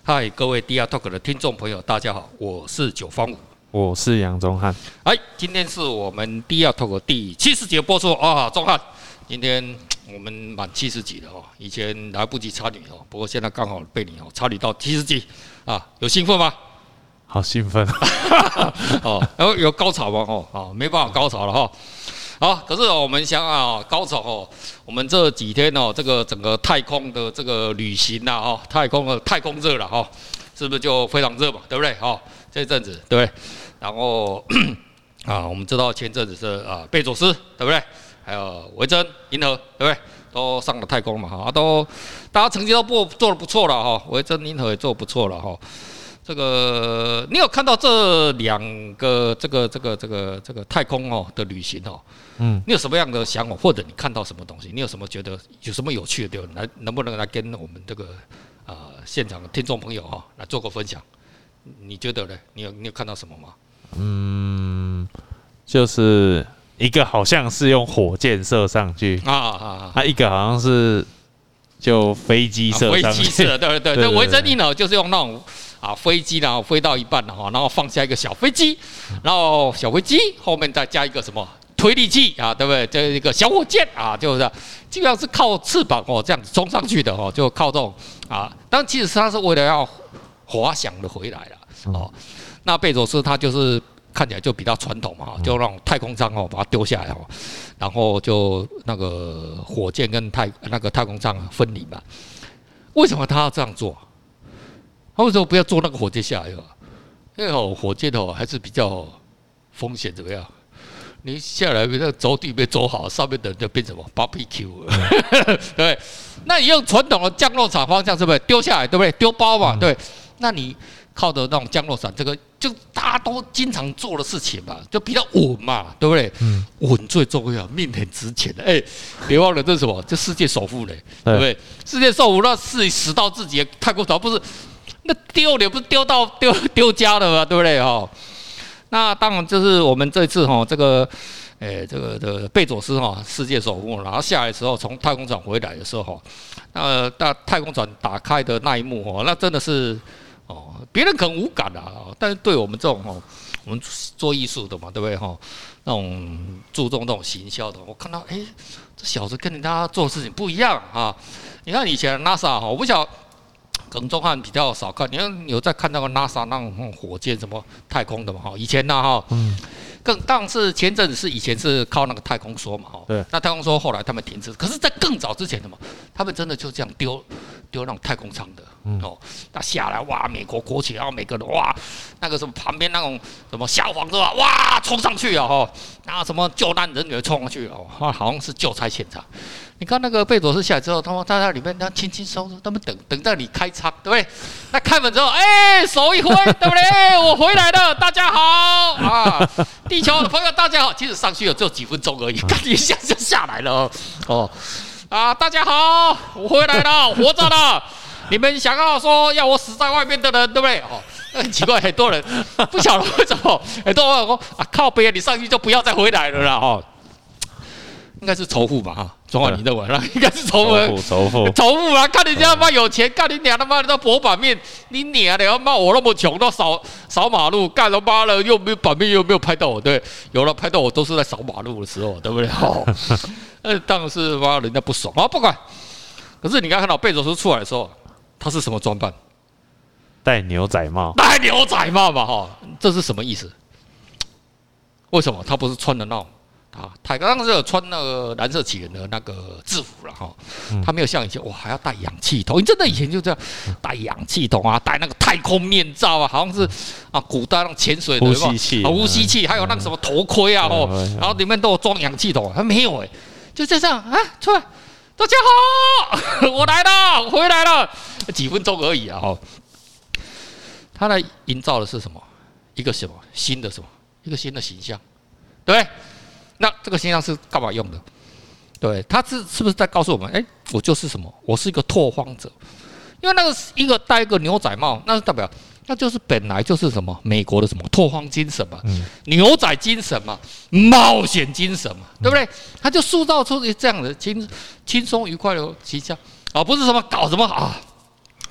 嗨，各位 DR Talk 的听众朋友，大家好，我是九方五， 我是杨宗翰。 今天是我们 DR Talk 第70集播出啊，宗翰，今天我们满70集了哦，以前来不及参与哦，不过现在刚好被你哦参与到70集啊，有兴奋吗？ 好兴奋哦，然后有高潮吗？哦，没办法高潮了哈。好，可是我们想啊，高潮哦，我们这几天哦，这个整个太空的这个旅行呐，哈，太空热了哈，是不是就非常热嘛，对不对？哈，这一阵子对不对？然后啊，我们知道前阵子是啊，贝佐斯对不对？还有维珍、银河对不对？都上了太空嘛哈，都大家成绩都做得不错了哈，维珍、银河也做得不错了哈。这个你有看到这两个这个太空哦的旅行哦，你有什么样的想法，或者你看到什么东西？你有什么觉得有什么有趣的地方？能不能来跟我们这个现场的听众朋友哈来做个分享？你觉得呢？你有看到什么吗？ 就是一个好像是用火箭射上去一个好像是就飞机射上去， 飞机射，对，维珍银河就是用那种。飞机然后飞到一半了哈，然后放下一个小飞机，然后小飞机后面再加一个什么推力器啊，对不对？这一个小火箭啊，就是基本上是靠翅膀哦这样子冲上去的哦，就靠这种但其实它是为了要滑翔的回来了哦。那贝佐斯他就是看起来就比较传统嘛，就让太空舱哦把它丢下来哦，然后就那个火箭跟太空舱分离嘛。为什么他要这样做？他为什么不要坐那个火箭下来？因为火箭还是比较风险怎么样？你下来那轴地没走好，上面的人就变什么 barbecue 对，那你用传统的降落伞方向是不是丢下来？对不对？丢包嘛，对。那你靠着那种降落伞，这个就大家都经常做的事情嘛，就比较稳嘛，对不对？稳最重要，命很值钱的。别忘了这是什么？这世界首富嘞，对不对？世界首富那是死到自己的太空船，不是？那丢脸不是丢家了吗？对不对哈？那当然就是我们这次这个贝佐斯世界首富，然后下来的时候从太空船回来的时候太空船打开的那一幕那真的是别人可能无感但是对我们这种我们做艺术的嘛，对不对哈？那种注重那种行销的，我看到这小子跟人家做的事情不一样啊！你看以前 NASA 我不晓得。可能宗翰比较少看，你有在看那个 NASA 那种火箭什么太空的嘛？以前当然是前阵子是以前是靠那个太空梭嘛， 对。 那太空梭后来他们停止，可是，在更早之前的嘛，他们真的就这样丢那种太空舱的那下来哇，美国国旗，然后每个人哇，那个什么旁边那种什么消防车哇冲上去然后什么救难人员冲上去好像是救灾现场。你看那个贝佐斯下来之后，他们在那里面轻轻松松，他们等待你开舱，对不对？那开门之后，手一挥，对不对？我回来了，大家好地球的朋友大家好。其实上去只有几分钟而已，干一下就下来了大家好，我回来了，活着了。你们想要说要我死在外面的人，对不对？很奇怪，很多人不晓得为什么，很多人说靠北，你上去就不要再回来了啦应该是仇富吧宗翰，你认为应该是仇富啊！看人家他妈有钱，干你娘他妈的薄板面，你娘的他妈我那么穷都扫马路，干他妈的又没有版面又没有拍到我，对，有了拍到我都是在扫马路的时候，对不对？当然是妈人家不爽不管。可是你刚看到贝佐斯出来的时候，他是什么装扮？ 戴牛仔帽嘛这是什么意思？为什么他不是穿的那种？他刚刚是有穿那个蓝色起源的那个制服了他没有像以前还要带氧气筒。你真的以前就这样带氧气筒戴那个太空面罩好像是古代那种潜水的呼吸器，还有那个什么头盔然后里面都有装氧气筒。他没有就这样出来，大家好，我来了，回来了，几分钟而已他来营造的是什么？一个什么新的一个新的形象，对不对？那这个形象是干嘛用的？对，他是不是在告诉我们，我就是什么？我是一个拓荒者。因为那个一个戴一个牛仔帽，那是代表那就是本来就是什么美国的什么拓荒精神嘛，牛仔精神嘛，冒险精神嘛，对不对？他就塑造出这样的轻松愉快的形象不是什么搞什么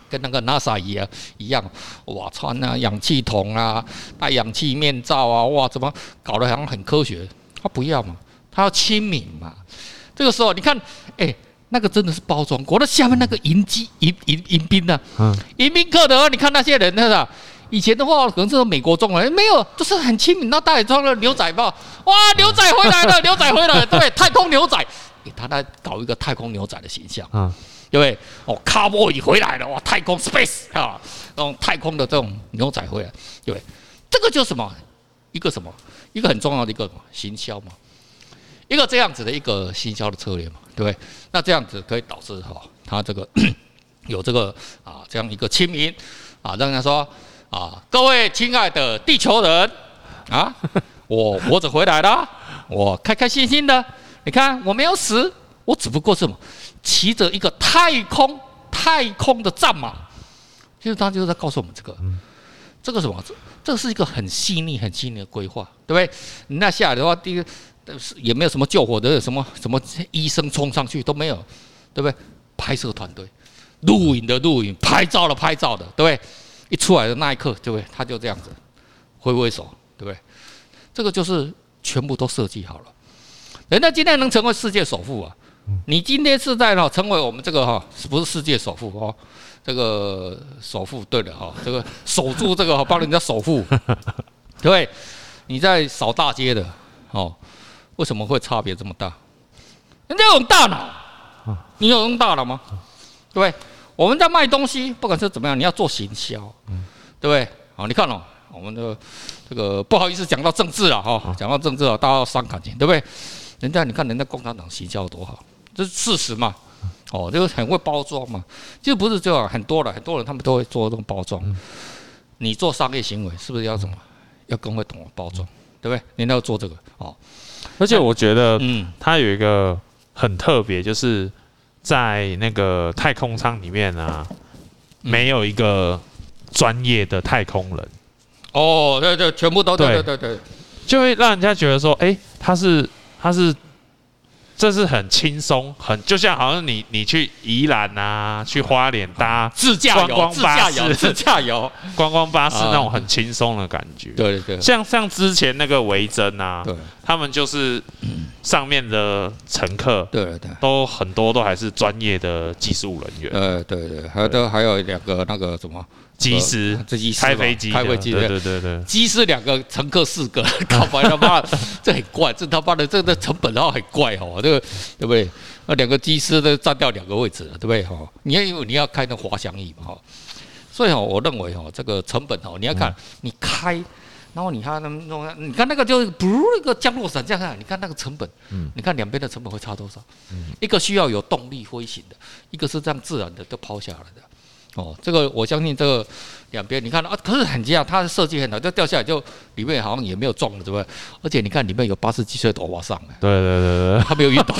跟那个 NASA 一样，哇，穿啊氧气筒啊，戴氧气面罩啊，哇，怎么搞得好像很科学？他不要嘛，他要亲民嘛。这个时候你看，那个真的是包装过，那下面那个迎宾呢？迎宾客的话，你看那些人，那个以前的话可能是美国中人，没有，就是很亲民，那大眼穿了牛仔帽，哇，牛仔回来了，牛仔回来了，对，太空牛仔，他在搞一个太空牛仔的形象，对不对？哦 ，Cowboy 回来了，哇，太空 Space 啊，那种太空的这种牛仔回来，对不对？这个就是什么？一个很重要的一个行销嘛。一个这样子的一个行销的策略嘛，对不对？那这样子可以导致他这个有这个这样一个亲民让他说各位亲爱的地球人我活着回来了，我开开心心的，你看我没有死，我只不过是什么骑着一个太空的战马，其实他就是在告诉我们这个什么，这是一个很细腻的规划，对不对？你那下来的话，第一个。也没有什么救火的，什么医生冲上去都没有，对不对？拍摄团队，录影，拍照的，对不对？一出来的那一刻，对不对？他就这样子挥手，对不对？这个就是全部都设计好了。人家今天能成为世界首富你今天是在成为我们这个不是世界首富这个首富对的这个守住这个帮人家首富，对不对？你在扫大街的为什么会差别这么大？人家有大脑，你有用大脑吗？对不对？我们在卖东西，不管是怎么样，你要做行销，对不对？你看我们的这个不好意思讲到政治了讲到政治大家要伤感情，对不对？你看人家共产党行销多好，这是事实嘛。就是很会包装嘛。就不是这样，很多人他们都会做这种包装。你做商业行为是不是要什么？要更会懂得包装，对不对？人家要做这个而且我觉得，它有一个很特别，就是在那个太空舱里面没有一个专业的太空人。 对，全部都对， 就会让人家觉得说，他是，这是很轻松，就像好像你去宜兰去花莲搭自驾游观光巴士那种很轻松的感觉。 对， 像之前那个维珍他们就是上面的乘客，对，都很多都还是专业的技术人员。 对，还有2个那个什么。 机师开飞机，对， 机师2个，乘客4个，搞白他妈，这很怪，这他妈的这个成本很怪这个对不对？那2个机师都占掉2个位置了，对不对你要开那滑翔翼嘛所以我认为这个成本你要看你开，然后你看那个就是一个降落伞这样你看那个成本，你看两边的成本会差多少？一个需要有动力飞行的，一个是这样自然的都抛下来的。这个我相信这个两边你看可是很惊讶，它的设计很好，就掉下来就里面好像也没有撞了，对不对？而且你看里面有80几岁的欧巴桑， 对， 他没有晕倒。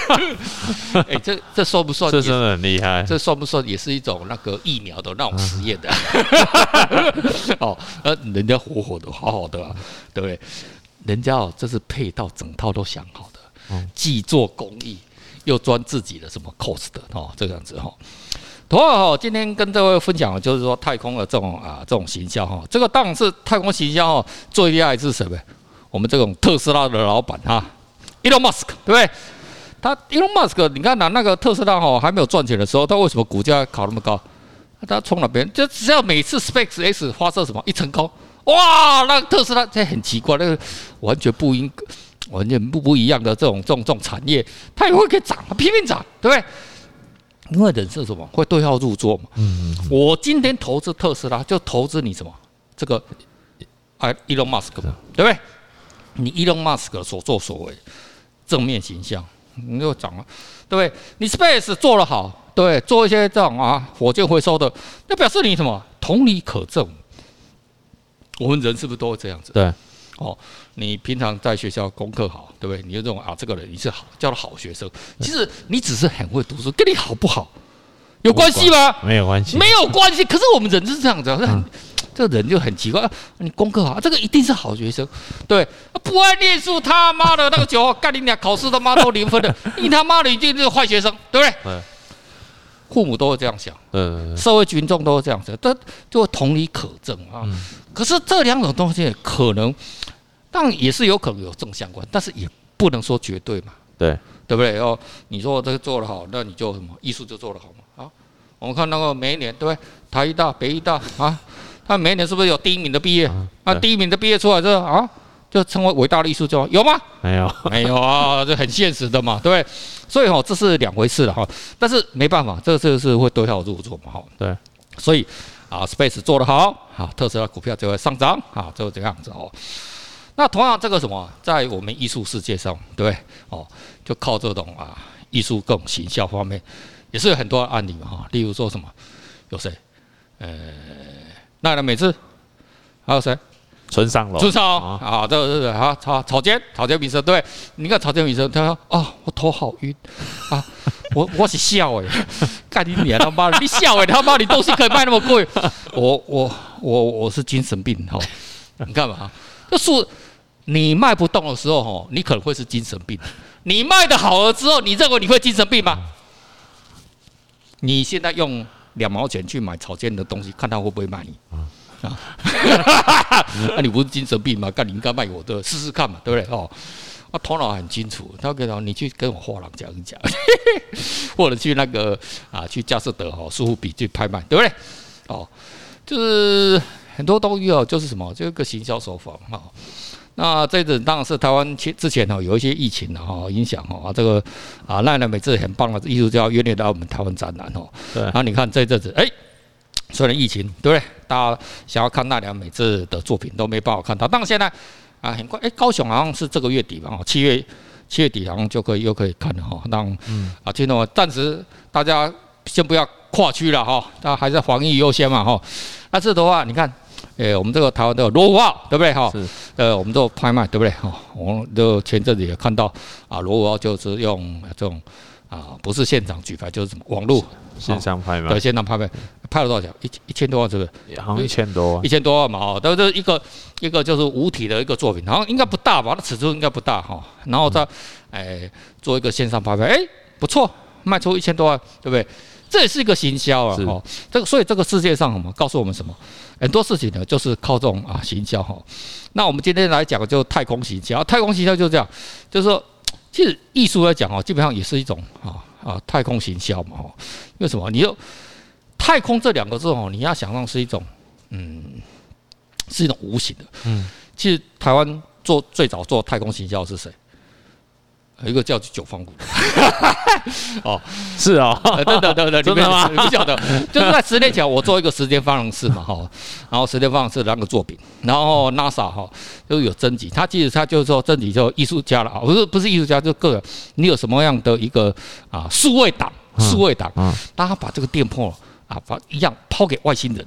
这算不算？ 这真的很厉害。 这算不算也是一种那个疫苗的那种实验的？人家活的好好的对不对？人家这是配套整套都想好的，既做公益又赚自己的什么 cost 的这个样子同样今天跟各位分享的就是说太空的这种行销这个当然是太空行销最厉害是什么？我们这种特斯拉的老板Elon Musk， 对不对？他 Elon Musk， 你看那个特斯拉还没有赚钱的时候，他为什么股价考那么高？他冲哪边？就只要每次 SpaceX 发射什么一成功，哇，那特斯拉这很奇怪，那个完全不一样的这种产业，它也会可以涨，拼命涨，对不对？因为人是什么？会对号入座嘛。我今天投资特斯拉，就投资你什么？这个Elon Musk 嘛，对不对？你 Elon Musk 所作所为，正面形象，你就涨了，对不对？你 Space 做得好，对不对？做一些这种火箭回收的，那表示你什么？同理可证。我们人是不是都会这样子？ 对。 你平常在学校功课好，对不对？你就这种这个人你是好，叫他好学生。其实你只是很会读书，跟你好不好有关系吗？ 没有关系， 没有关系。可是我们人是这样子，这个人就很奇怪。你功课好，这个一定是好学生，对？不爱念书，他妈的那个9干你俩考试他妈都0分的，你他妈的一定是坏学生，对不对？ 父母都会这样想，社会群众都会这样想，这就会同理可证啊。可是这两种东西可能，当然也是有可能有正相关，但是也不能说绝对嘛， 对不对？哦，你说这个做得好，那你就什么艺术就做得好嘛？啊，我们看那个每一年，对不对？台艺大、北艺大啊，他每一年是不是有第一名的毕业？啊，第一名的毕业出来之后啊，就成为伟大的艺术家，有吗？ 没有， 没有啊，这很现实的嘛，对不对？所以这是两回事了哈。但是没办法，这是会对号入座嘛，哈。 对， 所以Space 做得好，特斯拉股票就会上涨，就这样子哦。那同样这个什么，在我们艺术世界上，对不对？哦，就靠这种艺术各种行销方面，也是有很多案例嘛，哈。例如说什么，有谁？奈良美智，还有谁？ 村上这草间弥生，对，你看草间弥生，他说我头好晕啊，我是笑干你娘他妈的，你笑他妈你东西可以卖那么贵，我是精神病你看嘛，就是你卖不动的时候你可能会是精神病，你卖的好了之后，你认为你会精神病吗？你现在用2毛钱去买草间的东西，看他会不会卖你？那你不是精神病吗？干你应该卖我的试试看嘛，对不对？他头脑很清楚，他跟你去跟我画廊讲一讲，或者去那个去佳士得苏富比去拍卖，对不对？就是很多东西就是什么，就一个行销手法那这阵当然是台湾之前有一些疫情影响这个奈良美智很棒的艺术家约来我们台湾展览对， 然后你看这阵子虽然疫情，对不对？大家想要看奈良美智的作品都没办法看到，但现在很快，高雄好像是这个月底吧，7月底好像又可以看了让听懂吗？暂时大家先不要跨区了大家还是防疫优先嘛但是的话，你看，我们这个台湾的罗浮号，对不对我们都拍卖，对不对我们都前阵子也看到罗浮号就是用这种不是现场举牌，就是什么网络线上拍卖， 对，线上拍卖，拍了多少钱？1000多万，是不是？ 好像1000多万 ，1000多万嘛，都是一个就是无体的一个作品，然后应该不大吧？它尺寸应该不大然后再做一个线上拍卖，不错，卖出1000多万，对不对？这也是一个行销所以这个世界上告诉我们什么？很多事情呢，就是靠这种行销那我们今天来讲就太空行销，太空行销就是这样，就是说，其实艺术来讲基本上也是一种太空行销嘛因为什么？你有太空这2个字你要想象是一种是一种无形的其实台湾最早做太空行销是谁？一个叫九方谷是对， 真的吗？ 不晓得，就是在10年前我做一个时间方程式嘛然后时间方程式的那个作品，然后 NASA 就有征集，其实他就是说征集就艺术家了不是艺术家，就个人，你有什么样的一个数位档，让他把这个电波把一样抛给外星人。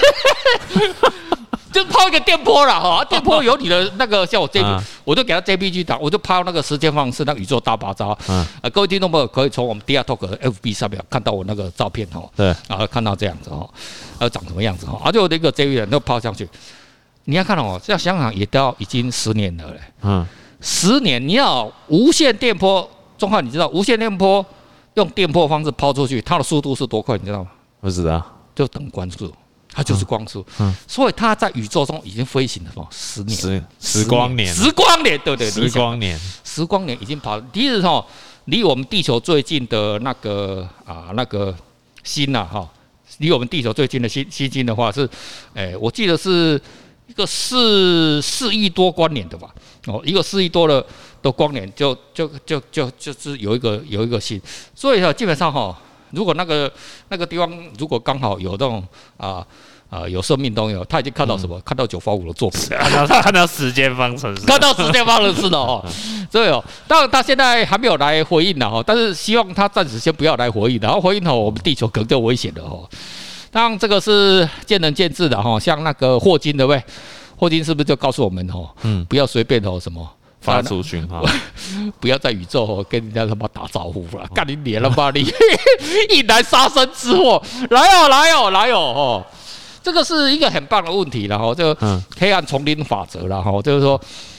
就抛一个电波啦电波有你的那个像我 JPG，我就给他 JPG 档，我就抛那个时间方式，那个宇宙大爆炸。各位听众朋友可以从我们 DR Talk 的 FB 上面看到我那个照片对， 看到这样子长什么样子就那个 JPG 都抛上去。你要看这样想想也都已经10年了嘞。10年你要无线电波，钟汉你知道无线电波用电波方式抛出去，它的速度是多快？你知道吗？ 不知道， 就等光速。它就是光速，所以它在宇宙中已经飞行了10年 ，10光年 ，10光年，对 ，10光年 ，10光年已经跑。第一是离我们地球最近的那个星离我们地球最近的星星的话是，我记得是一个4亿多光年的吧，一个4亿多的光年就是有一个星，所以基本上如果那个地方如果刚好有这种有生命都有，他已经看到什么？看到985的作品， 看到时间方程式， 看到时间方程式了所以当然他现在还没有来回应了但是希望他暂时先不要来回应，然后回应我们地球可能就危险了当然这个是见仁见智的像那个霍金对不对？霍金是不是就告诉我们不要随便什么？ 发出讯号， 不要在宇宙跟人家他妈打招呼了，干你脸了吧你！一男杀身之祸，来这个是一个很棒的问题了这个黑暗丛林法则了就是说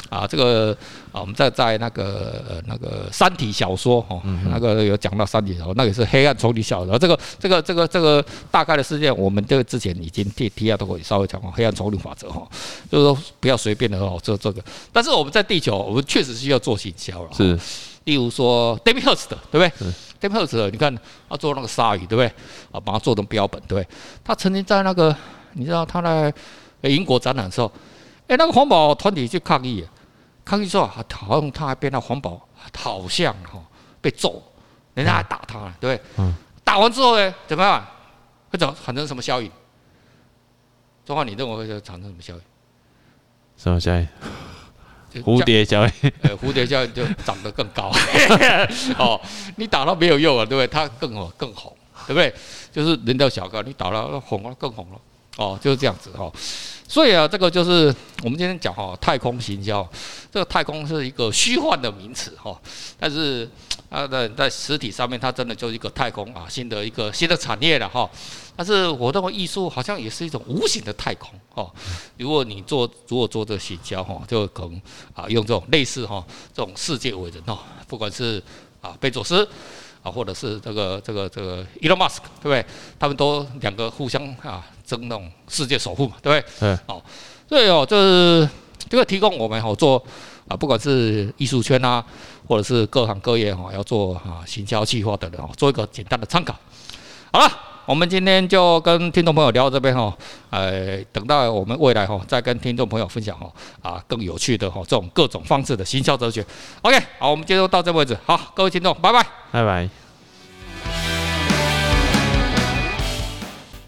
这个我们在那个三体小说那个有讲到三体小说，那个是黑暗丛林小说。这个大概的事件，我们这个之前已经提到过，稍微讲过黑暗丛林法则就是说不要随便的做这个。但是我们在地球，我们确实需要做行销了。 是， 例如说 David Hearst 对不对？David Hearst 你看他做那个鲨鱼对不对？把它做成标本对不对？他曾经在那个你知道他在英国展览的时候，那个环保团体去抗议。抗议说，好像他还被那环保好像被揍，人家还打他，对不对？打完之后呢，怎么样？会产生什么效应？钟汉，你认为会产生什么效应？ 什么效应？蝴蝶效应。 蝴蝶效应就长得更高。你打他没有用啊，对不对？他更红，对不对？就是人家小高，你打了红了更红了，就是这样子所以这个就是我们今天讲太空行销。这个太空是一个虚幻的名词但是它在实体上面，它真的就是一个太空新的产业了但是我认为艺术好像也是一种无形的太空如果做这个行销就可能用这种类似这种世界伟人不管是贝佐斯或者是这个 Elon Musk 对不对？他们都两个互相争那种世界首富嘛，对不对？所以就是这个提供我们做不管是艺术圈或者是各行各业要做行销计划的人做一个简单的参考。好了，我们今天就跟听众朋友聊到这边等到我们未来再跟听众朋友分享更有趣的这种各种方式的行销哲学。OK， 好，我们今天就到这为止。好，各位听众，拜拜， 拜拜。